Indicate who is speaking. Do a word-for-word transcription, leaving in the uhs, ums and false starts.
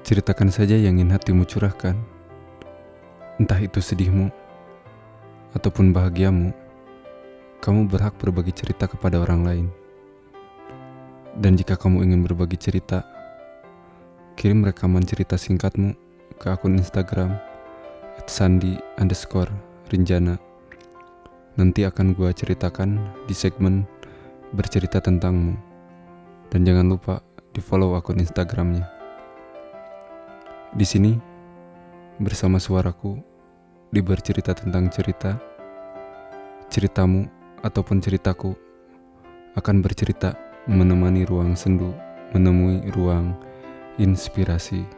Speaker 1: Ceritakan saja yang ingin hatimu curahkan. Entah itu sedihmu ataupun bahagiamu, kamu berhak berbagi cerita kepada orang lain. Dan jika kamu ingin berbagi cerita, kirim rekaman cerita singkatmu ke akun Instagram at sandi underscore rinjana. Nanti akan gua ceritakan di segmen bercerita tentangmu. Dan jangan lupa di follow akun Instagramnya. Di sini, bersama suaraku, di bercerita tentang cerita, ceritamu ataupun ceritaku akan bercerita menemani ruang sendu, menemui ruang inspirasi.